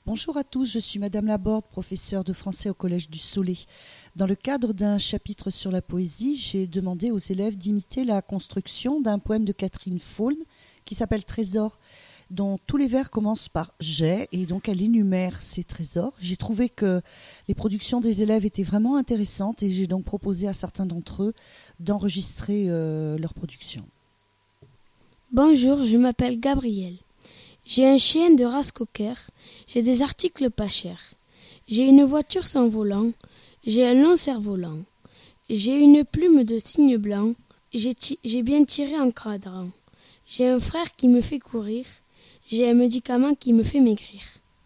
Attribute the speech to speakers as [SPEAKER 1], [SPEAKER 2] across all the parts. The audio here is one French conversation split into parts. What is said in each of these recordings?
[SPEAKER 1] Bonjour à tous, je suis Madame Laborde, professeure de français au Collège du Soleil. Dans le cadre d'un chapitre sur la poésie, j'ai demandé aux élèves d'imiter la construction d'un poème de Catherine Faulne qui s'appelle Trésor, dont tous les vers commencent par « j'ai » et donc elle énumère ces trésors. J'ai trouvé que les productions des élèves étaient vraiment intéressantes et j'ai donc proposé à certains d'entre eux d'enregistrer leur production.
[SPEAKER 2] Bonjour, je m'appelle Gabriel. J'ai un chien de race cocker, j'ai des articles pas chers. J'ai une voiture sans volant, j'ai un long cerf-volant. J'ai une plume de cygne blanc, j'ai bien tiré en cadran. J'ai un frère qui me fait courir, j'ai un médicament qui me fait maigrir.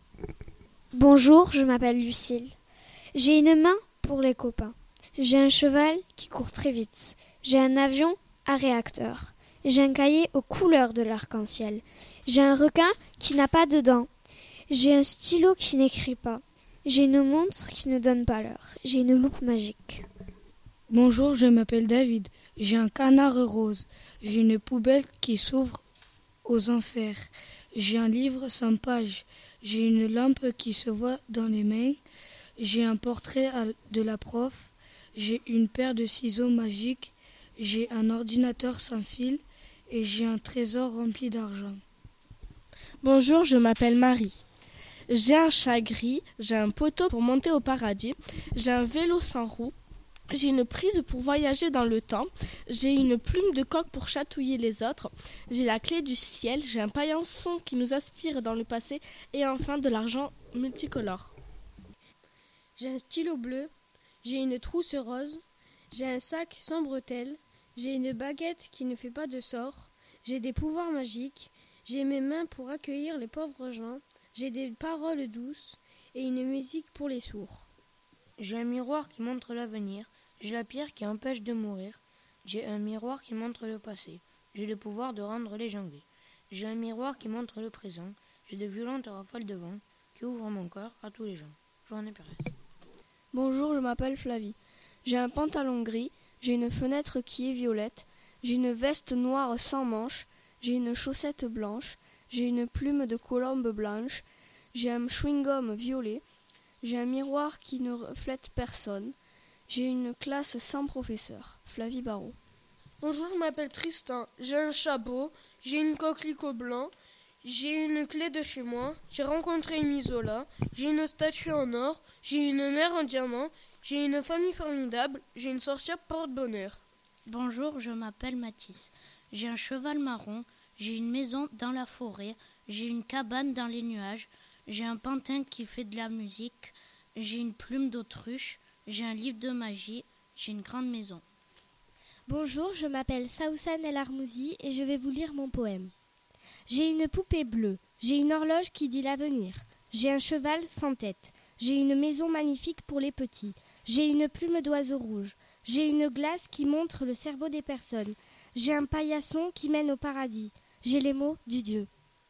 [SPEAKER 3] Bonjour, je m'appelle Lucille. J'ai une main pour les copains. J'ai un cheval qui court très vite. J'ai un avion à réacteur. J'ai un cahier aux couleurs de l'arc-en-ciel. J'ai un requin qui n'a pas de dents. J'ai un stylo qui n'écrit pas. J'ai une montre qui ne donne pas l'heure. J'ai une loupe magique.
[SPEAKER 2] Bonjour, je m'appelle David. J'ai un canard rose. J'ai une poubelle qui s'ouvre aux enfers. J'ai un livre sans page. J'ai une lampe qui se voit dans les mains. J'ai un portrait de la prof. J'ai une paire de ciseaux magiques. J'ai un ordinateur sans fil. Et j'ai un trésor rempli d'argent.
[SPEAKER 4] Bonjour, je m'appelle Marie. J'ai un chat gris, j'ai un poteau pour monter au paradis, j'ai un vélo sans roue, j'ai une prise pour voyager dans le temps, j'ai une plume de coq pour chatouiller les autres, j'ai la clé du ciel, j'ai un paillasson qui nous aspire dans le passé et enfin de l'argent multicolore.
[SPEAKER 5] J'ai un stylo bleu, j'ai une trousse rose, j'ai un sac sans bretelles, j'ai une baguette qui ne fait pas de sort, j'ai des pouvoirs magiques, j'ai mes mains pour accueillir les pauvres gens, j'ai des paroles douces et une musique pour les sourds.
[SPEAKER 6] J'ai un miroir qui montre l'avenir, j'ai la pierre qui empêche de mourir, j'ai un miroir qui montre le passé, j'ai le pouvoir de rendre les gens gays. J'ai un miroir qui montre le présent, j'ai de violentes rafales de vent qui ouvrent mon cœur à tous les gens. Joanne Pérez.
[SPEAKER 5] Bonjour, je m'appelle Flavie. J'ai un pantalon gris, j'ai une fenêtre qui est violette, j'ai une veste noire sans manches, j'ai une chaussette blanche, j'ai une plume de colombe blanche, j'ai un chewing-gum violet, j'ai un miroir qui ne reflète personne, j'ai une classe sans professeur. Flavie Barrault.
[SPEAKER 7] Bonjour, je m'appelle Tristan, j'ai un chapeau, j'ai une coquelicot blanc, j'ai une clé de chez moi, j'ai rencontré Émile Zola, j'ai une statue en or, j'ai une mère en diamant, j'ai une famille formidable, j'ai une sorcière porte-bonheur.
[SPEAKER 6] Bonjour, je m'appelle Mathis. J'ai un cheval marron, j'ai une maison dans la forêt, j'ai une cabane dans les nuages, j'ai un pantin qui fait de la musique, j'ai une plume d'autruche, j'ai un livre de magie, j'ai une grande maison.
[SPEAKER 3] Bonjour, je m'appelle Saoussane El Armouzi et je vais vous lire mon poème. J'ai une poupée bleue, j'ai une horloge qui dit l'avenir, j'ai un cheval sans tête, j'ai une maison magnifique pour les petits, j'ai une plume d'oiseau rouge, j'ai une glace qui montre le cerveau des personnes, j'ai un paillasson qui mène au paradis, j'ai les mots du Dieu.